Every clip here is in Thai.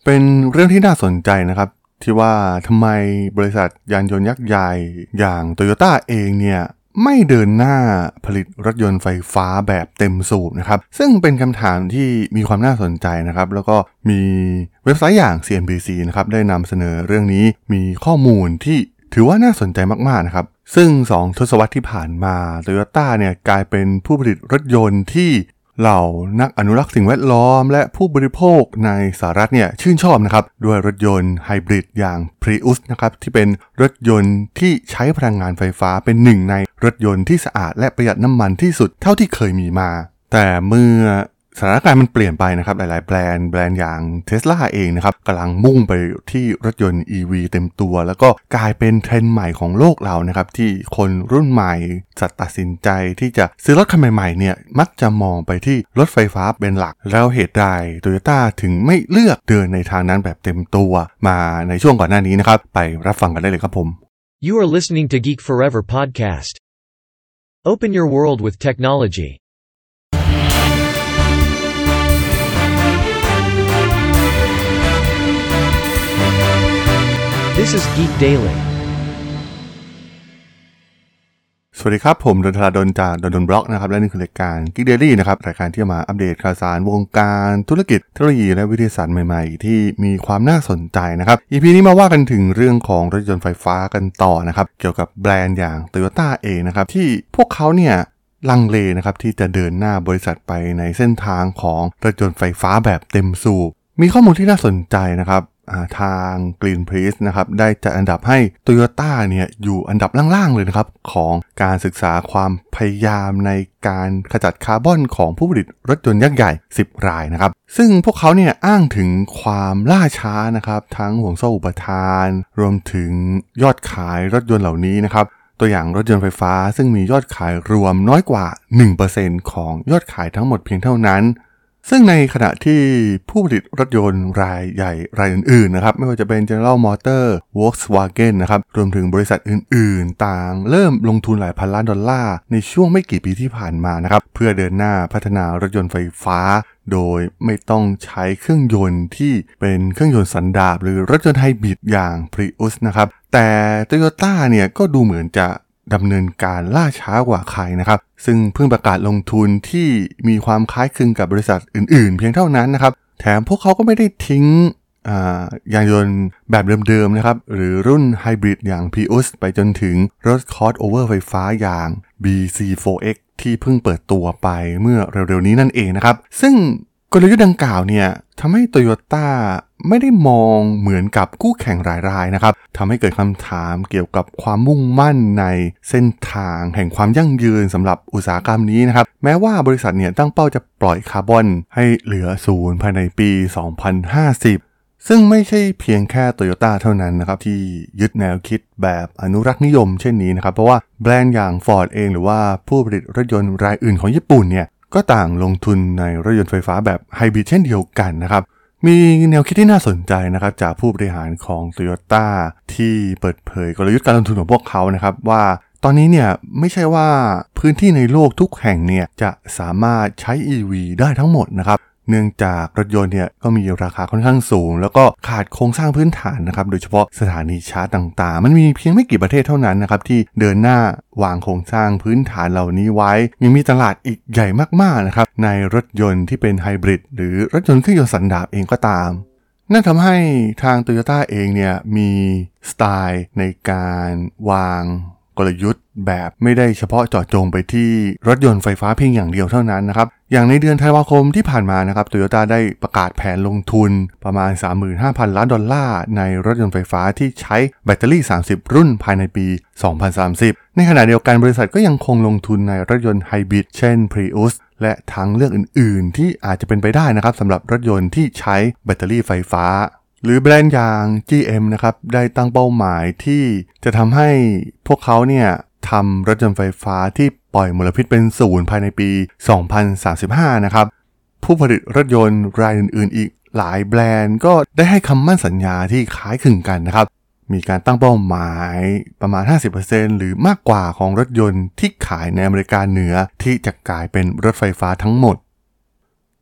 เป็นเรื่องที่น่าสนใจนะครับที่ว่าทำไมบริษัทยานยนต์ยักษ์ใหญ่อย่าง Toyota เองเนี่ยไม่เดินหน้าผลิตรถยนต์ไฟฟ้าแบบเต็มสูบนะครับซึ่งเป็นคำถามที่มีความน่าสนใจนะครับแล้วก็มีเว็บไซต์อย่าง CNBC นะครับได้นำเสนอเรื่องนี้มีข้อมูลที่ถือว่าน่าสนใจมากๆนะครับซึ่ง2 ทศวรรษที่ผ่านมา Toyota เนี่ยกลายเป็นผู้ผลิตรถยนต์ที่เหล่านักอนุรักษ์สิ่งแวดล้อมและผู้บริโภคในสหรัฐเนี่ยชื่นชอบนะครับด้วยรถยนต์ไฮบริดอย่าง Prius นะครับที่เป็นรถยนต์ที่ใช้พลังงานไฟฟ้าเป็นหนึ่งในรถยนต์ที่สะอาดและประหยัดน้ำมันที่สุดเท่าที่เคยมีมาแต่เมื่อสถานการณ์มันเปลี่ยนไปนะครับหลายๆแบรนด์อย่าง Tesla เองนะครับกำลังมุ่งไปที่รถยนต์ EV เต็มตัวแล้วก็กลายเป็นเทรนด์ใหม่ของโลกเรานะครับที่คนรุ่นใหม่จะตัดสินใจที่จะซื้อรถคันใหม่ๆเนี่ยมักจะมองไปที่รถไฟฟ้าเป็นหลักแล้วเหตุใด Toyota ถึงไม่เลือกเดินในทางนั้นแบบเต็มตัวมาในช่วงก่อนหน้านี้นะครับไปรับฟังกันได้เลยครับผม You are listening to Geek Forever podcast. Open your world with technology.This is Geek Daily. สวัสดีครับผมดนทราดลจากดนบล็อกนะครับและนี่คือรายการ Geek Daily นะครับรายการที่จะมาอัปเดตข่าวสารวงการธุรกิจเทคโนโลยีและวิทยาศาสตร์ใหม่ๆที่มีความน่าสนใจนะครับ EP นี้มาว่ากันถึงเรื่องของรถยนต์ไฟฟ้ากันต่อนะครับเกี่ยวกับแบรนด์อย่าง Toyota เองนะครับที่พวกเขาเนี่ยลังเลนะครับที่จะเดินหน้าบริษัทไปในเส้นทางของรถยนต์ไฟฟ้าแบบเต็มสูบมีข้อมูลที่น่าสนใจนะครับทาง Greenpeace นะครับได้จัดอันดับให้ Toyota เนี่ยอยู่อันดับล่างๆเลยนะครับของการศึกษาความพยายามในการขจัดคาร์บอนของผู้ผลิตรถยนต์ยักษ์ใหญ่10รายนะครับซึ่งพวกเขาเนี่ยอ้างถึงความล่าช้านะครับทั้งห่วงโซ่อุปทานรวมถึงยอดขายรถยนต์เหล่านี้นะครับตัวอย่างรถยนต์ไฟฟ้าซึ่งมียอดขายรวมน้อยกว่า 1% ของยอดขายทั้งหมดเพียงเท่านั้นซึ่งในขณะที่ผู้ผลิตรถยนต์รายใหญ่รายอื่นๆนะครับไม่ว่าจะเป็น General Motors Volkswagen นะครับรวมถึงบริษัทอื่นๆต่างเริ่มลงทุนหลายพันล้านดอลลาร์ในช่วงไม่กี่ปีที่ผ่านมานะครับเพื่อเดินหน้าพัฒนารถยนต์ไฟฟ้าโดยไม่ต้องใช้เครื่องยนต์ที่เป็นเครื่องยนต์สันดาปหรือรถยนต์ไฮบริดอย่าง Prius นะครับแต่ Toyota เนี่ยก็ดูเหมือนจะดำเนินการล่าช้ากว่าใครนะครับซึ่งเพิ่งประกาศลงทุนที่มีความคล้ายคลึงกับบริษัทอื่นๆเพียงเท่านั้นนะครับแถมพวกเขาก็ไม่ได้ทิ้งยานยนต์แบบเดิมๆนะครับหรือรุ่นไฮบริดอย่าง Prius ไปจนถึงรถ crossover ไฟฟ้าอย่าง BZ4X ที่เพิ่งเปิดตัวไปเมื่อเร็วๆนี้นั่นเองนะครับซึ่งกลยุทธ์ดังกล่าวเนี่ยทำให้ Toyota ไม่ได้มองเหมือนกับคู่แข่งรายๆนะครับทำให้เกิดคำถามเกี่ยวกับความมุ่งมั่นในเส้นทางแห่งความยั่งยืนสำหรับอุตสาหกรรมนี้นะครับแม้ว่าบริษัทเนี่ยตั้งเป้าจะปล่อยคาร์บอนให้เหลือศูนย์ภายในปี 2050 ซึ่งไม่ใช่เพียงแค่ Toyota เท่านั้นนะครับที่ยึดแนวคิดแบบอนุรักษ์นิยมเช่นนี้นะครับเพราะว่าแบรนด์อย่าง Ford เองหรือว่าผู้ผลิตรถยนต์รายอื่นของญี่ปุ่นเนี่ยก็ต่างลงทุนในรถยนต์ไฟฟ้าแบบไฮบริดเช่นเดียวกันนะครับมีแนวคิดที่น่าสนใจนะครับจากผู้บริหารของ Toyota ที่เปิดเผยกลยุทธ์การลงทุนของพวกเขานะครับว่าตอนนี้เนี่ยไม่ใช่ว่าพื้นที่ในโลกทุกแห่งเนี่ยจะสามารถใช้ EV ได้ทั้งหมดนะครับเนื่องจากรถยนต์เนี่ยก็มีราคาค่อนข้างสูงแล้วก็ขาดโครงสร้างพื้นฐานนะครับโดยเฉพาะสถานีชาร์จต่างๆมันมีเพียงไม่กี่ประเทศเท่านั้นนะครับที่เดินหน้าวางโครงสร้างพื้นฐานเหล่านี้ไว้ยังมีตลาดอีกใหญ่มากๆนะครับในรถยนต์ที่เป็นไฮบริดหรือรถยนต์เครื่องยนต์สันดาปเองก็ตามนั่นทำให้ทาง Toyota เองเนี่ยมีสไตล์ในการวางกลยุทธ์แบบไม่ได้เฉพาะเจาะจงไปที่รถยนต์ไฟฟ้าเพียงอย่างเดียวเท่านั้นนะครับอย่างในเดือนธันวาคมที่ผ่านมานะครับ Toyota ได้ประกาศแผนลงทุนประมาณ 35,000 ล้านดอลลาร์ในรถยนต์ไฟฟ้าที่ใช้แบตเตอรี่30รุ่นภายในปี 2030 ในขณะเดียวกันบริษัทก็ยังคงลงทุนในรถยนต์ไฮบริดเช่น Prius และทางเลือกอื่นๆที่อาจจะเป็นไปได้นะครับสำหรับรถยนต์ที่ใช้แบตเตอรี่ไฟฟ้าหรือแบรนด์อย่าง GM นะครับได้ตั้งเป้าหมายที่จะทำให้พวกเขาเนี่ยทำรถยนต์ไฟฟ้าที่ปล่อยมลพิษเป็นศูนย์ภายในปี 2035 นะครับผู้ผลิตรถยนต์รายอื่นๆอีกหลายแบรนด์ก็ได้ให้คำมั่นสัญญาที่คล้ายคลึงกันนะครับมีการตั้งเป้าหมายประมาณ 50% หรือมากกว่าของรถยนต์ที่ขายในอเมริกาเหนือที่จะกลายเป็นรถไฟฟ้าทั้งหมด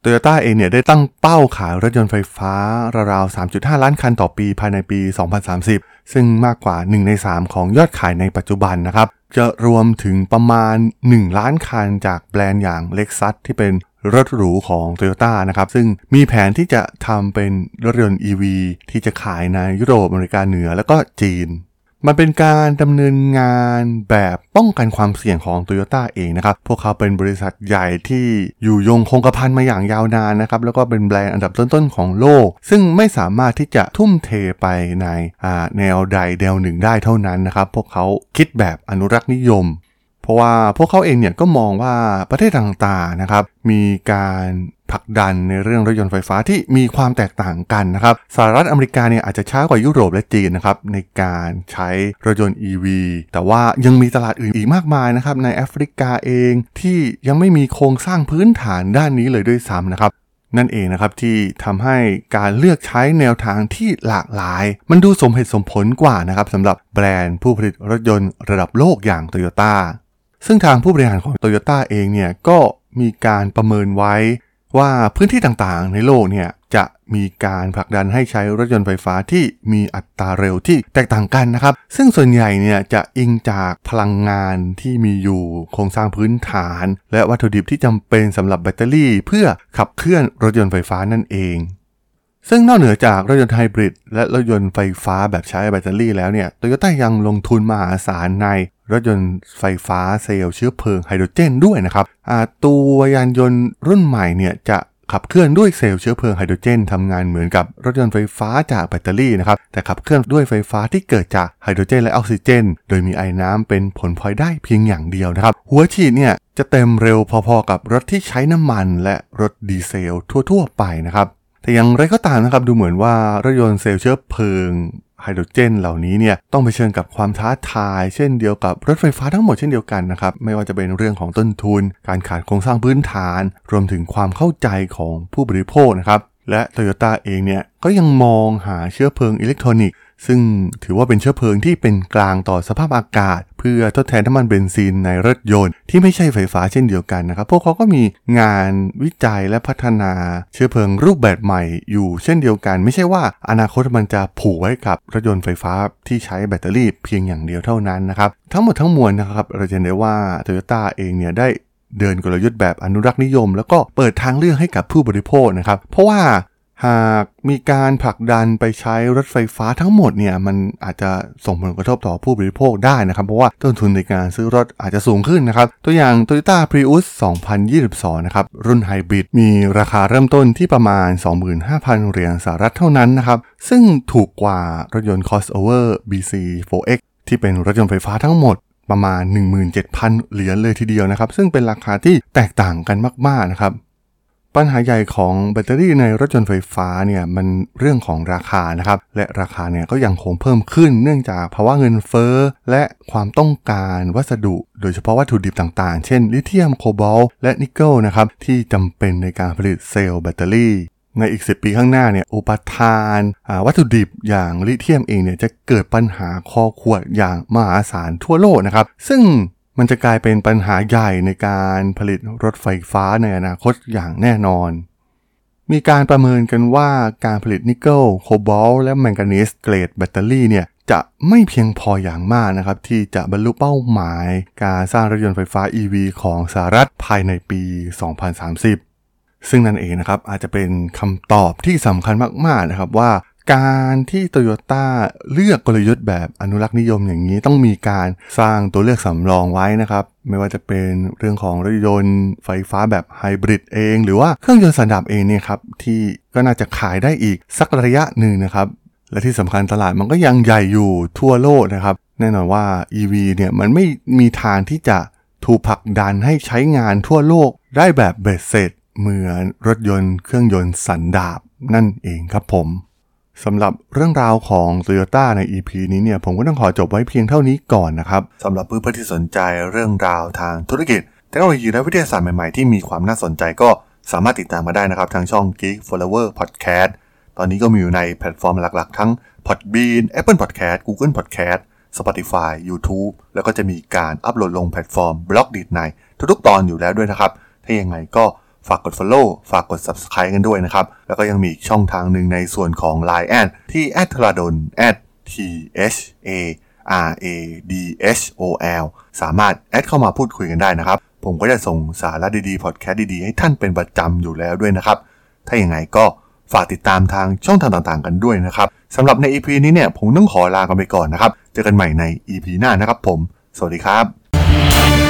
Toyota เองเนี่ยได้ตั้งเป้าขายรถยนต์ไฟฟ้าราวๆ 3.5 ล้านคันต่อปีภายในปี 2030 ซึ่งมากกว่า 1 ใน 3 ของยอดขายในปัจจุบันนะครับจะรวมถึงประมาณ 1 ล้านคันจากแบรนด์อย่าง Lexus ที่เป็นรถหรูของ Toyota นะครับซึ่งมีแผนที่จะทำเป็นรถยนต์ EV ที่จะขายในยุโรปอเมริกาเหนือแล้วก็จีนมันเป็นการดำเนินงานแบบป้องกันความเสี่ยงของ Toyota เองนะครับพวกเขาเป็นบริษัทใหญ่ที่อยู่ยงคงกระพันมาอย่างยาวนานนะครับแล้วก็เป็นแบรนด์อันดับต้นๆของโลกซึ่งไม่สามารถที่จะทุ่มเทไปในแนวใดแนวหนึ่งได้เท่านั้นนะครับพวกเขาคิดแบบอนุรักษ์นิยมเพราะว่าพวกเขาเองเนี่ยก็มองว่าประเทศต่างๆนะครับมีการผลักดันในเรื่องรถยนต์ไฟฟ้าที่มีความแตกต่างกันนะครับสหรัฐอเมริกาเนี่ยอาจจะช้ากว่ายุโรปและจีนนะครับในการใช้รถยนต์ EV แต่ว่ายังมีตลาดอื่นอีกมากมายนะครับในแอฟริกาเองที่ยังไม่มีโครงสร้างพื้นฐานด้านนี้เลยด้วยซ้ำนะครับนั่นเองนะครับที่ทำให้การเลือกใช้แนวทางที่หลากหลายมันดูสมเหตุสมผลกว่านะครับสำหรับแบรนด์ผู้ผลิตรถยนต์ระดับโลกอย่าง Toyota ซึ่งทางผู้บริหารของ Toyota เองเนี่ยก็มีการประเมินไว้ว่าพื้นที่ต่างๆในโลกเนี่ยจะมีการผลักดันให้ใช้รถยนต์ไฟฟ้าที่มีอัตราเร็วที่แตกต่างกันนะครับซึ่งส่วนใหญ่เนี่ยจะอิงจากพลังงานที่มีอยู่โครงสร้างพื้นฐานและวัตถุดิบที่จำเป็นสำหรับแบตเตอรี่เพื่อขับเคลื่อนรถยนต์ไฟฟ้านั่นเองซึ่งนอกเหนือจากรถยนต์ไฮบริดและรถยนต์ไฟฟ้าแบบใช้แบตเตอรี่แล้วเนี่ย Toyota ยังลงทุนมหาศาลในรถยนต์ไฟฟ้าเซลล์เชื้อเพลิงไฮโดรเจนด้วยนะครับตัวยานยนต์รุ่นใหม่เนี่ยจะขับเคลื่อนด้วยเซลล์เชื้อเพลิงไฮโดรเจนทำงานเหมือนกับรถยนต์ไฟฟ้าจากแบตเตอรี่นะครับแต่ขับเคลื่อนด้วยไฟฟ้าที่เกิดจากไฮโดรเจนและออกซิเจนโดยมีไอน้ำเป็นผลพลอยได้เพียงอย่างเดียวนะครับหัวฉีดเนี่ยจะเต็มเร็วพอๆกับรถที่ใช้น้ำมันและรถดีเซลทั่วๆไปนะครับแต่อย่างไรก็ตามนะครับดูเหมือนว่ารถยนต์เซลล์เชื้อเพลิงไฮโดรเจนเหล่านี้เนี่ยต้องเผชิญกับความท้าทายเช่นเดียวกับรถไฟฟ้าทั้งหมดเช่นเดียวกันนะครับไม่ว่าจะเป็นเรื่องของต้นทุนการขาดโครงสร้างพื้นฐานรวมถึงความเข้าใจของผู้บริโภคนะครับและ Toyota เองเนี่ยก็ยังมองหาเชื้อเพลิงอิเล็กทรอนิกส์ซึ่งถือว่าเป็นเชื้อเพลิงที่เป็นกลางต่อสภาพอากาศเพื่อทดแทนน้ำมันเบนซินในรถยนต์ที่ไม่ใช่ไฟฟ้าเช่นเดียวกันนะครับพวกเขาก็มีงานวิจัยและพัฒนาเชื้อเพลิงรูปแบบใหม่อยู่เช่นเดียวกันไม่ใช่ว่าอนาคตมันจะผูกไว้กับรถยนต์ไฟฟ้าที่ใช้แบตเตอรี่เพียงอย่างเดียวเท่านั้นนะครับทั้งหมดทั้งมวลนะครับเราจะเห็นได้ว่า Toyota เองเนี่ยได้เดินกลยุทธ์แบบอนุรักษ์นิยมแล้วก็เปิดทางเลือกให้กับผู้บริโภคนะครับเพราะว่าหากมีการผลักดันไปใช้รถไฟฟ้าทั้งหมดเนี่ยมันอาจจะส่งผลกระทบต่อผู้บริโภคได้นะครับเพราะว่าต้นทุนในการซื้อรถอาจจะสูงขึ้นนะครับตัวอย่าง Toyota Prius 2022 นะครับรุ่นไฮบริดมีราคาเริ่มต้นที่ประมาณ 25,000 เหรียญสหรัฐเท่านั้นนะครับซึ่งถูกกว่ารถยนต์ Crossover BC4X ที่เป็นรถยนต์ไฟฟ้าทั้งหมดประมาณ 17,000 เหรียญเลยทีเดียวนะครับซึ่งเป็นราคาที่แตกต่างกันมากๆนะครับปัญหาใหญ่ของแบตเตอรี่ในรถยนต์ไฟฟ้าเนี่ยมันเรื่องของราคานะครับและราคาเนี่ยก็ยังคงเพิ่มขึ้นเนื่องจากภาวะเงินเฟ้อและความต้องการวัสดุโดยเฉพาะวัตถุดิบต่างๆเช่นลิเธียมโคบอลต์และนิกเกิลนะครับที่จำเป็นในการผลิตเซลล์แบตเตอรี่ในอีก10 ปีข้างหน้าเนี่ยอุปทานวัตถุดิบอย่างลิเธียมเองเนี่ยจะเกิดปัญหาคอขวดอย่างมหาศาลทั่วโลกนะครับซึ่งมันจะกลายเป็นปัญหาใหญ่ในการผลิตรถไฟฟ้าในอนาคตอย่างแน่นอนมีการประเมินกันว่าการผลิตนิกเกิลโคบอลต์และแมงกานีสเกรดแบตเตอรี่เนี่ยจะไม่เพียงพออย่างมากนะครับที่จะบรรลุเป้าหมายการสร้างรถยนต์ไฟฟ้า EV ของสหรัฐภายในปี 2030 ซึ่งนั่นเองนะครับอาจจะเป็นคำตอบที่สำคัญมากๆนะครับว่าการที่ Toyota เลือกกลยุทธ์แบบอนุรักษ์นิยมอย่างนี้ต้องมีการสร้างตัวเลือกสำรองไว้นะครับไม่ว่าจะเป็นเรื่องของรถยนต์ไฟฟ้าแบบไฮบริดเองหรือว่าเครื่องยนต์สันดาปเองเนี่ยครับที่ก็น่าจะขายได้อีกสักระยะหนึ่งนะครับและที่สำคัญตลาดมันก็ยังใหญ่อยู่ทั่วโลกนะครับแน่นอนว่า EV เนี่ยมันไม่มีทางที่จะถูกผลักดันให้ใช้งานทั่วโลกได้แบบเบ็ดเสร็จเหมือนรถยนต์เครื่องยนต์สันดาปนั่นเองครับผมสำหรับเรื่องราวของ Toyota ใน EP นี้เนี่ยผมก็ต้องขอจบไว้เพียงเท่านี้ก่อนนะครับสำหรับเพื่อนๆที่สนใจเรื่องราวทางธุรกิจเทคโนโลยีและวิทยาศาสตร์ใหม่ๆที่มีความน่าสนใจก็สามารถติดตามมาได้นะครับทางช่อง Geek Flower Podcast ตอนนี้ก็มีอยู่ในแพลตฟอร์มหลักๆทั้ง Podbean, Apple Podcast, Google Podcast, Spotify, YouTube แล้วก็จะมีการอัปโหลดลงแพลตฟอร์ม Blogdit ในทุกๆตอนอยู่แล้วด้วยนะครับถ้ายังไงก็ฝากกด follow ฝากกด subscribe กันด้วยนะครับแล้วก็ยังมีอีกช่องทางหนึ่งในส่วนของ Line แอดที่@thradol @THARADSOL สามารถแอดเข้ามาพูดคุยกันได้นะครับผมก็จะส่งสาระดีๆพอดแคสต์ดีๆให้ท่านเป็นประจำอยู่แล้วด้วยนะครับถ้าอย่างไรก็ฝากติดตามทางช่องทางต่างๆกันด้วยนะครับสำหรับใน EP นี้เนี่ยผมต้องขอลากันไปก่อนนะครับเจอกันใหม่ใน EP หน้านะครับผมสวัสดีครับ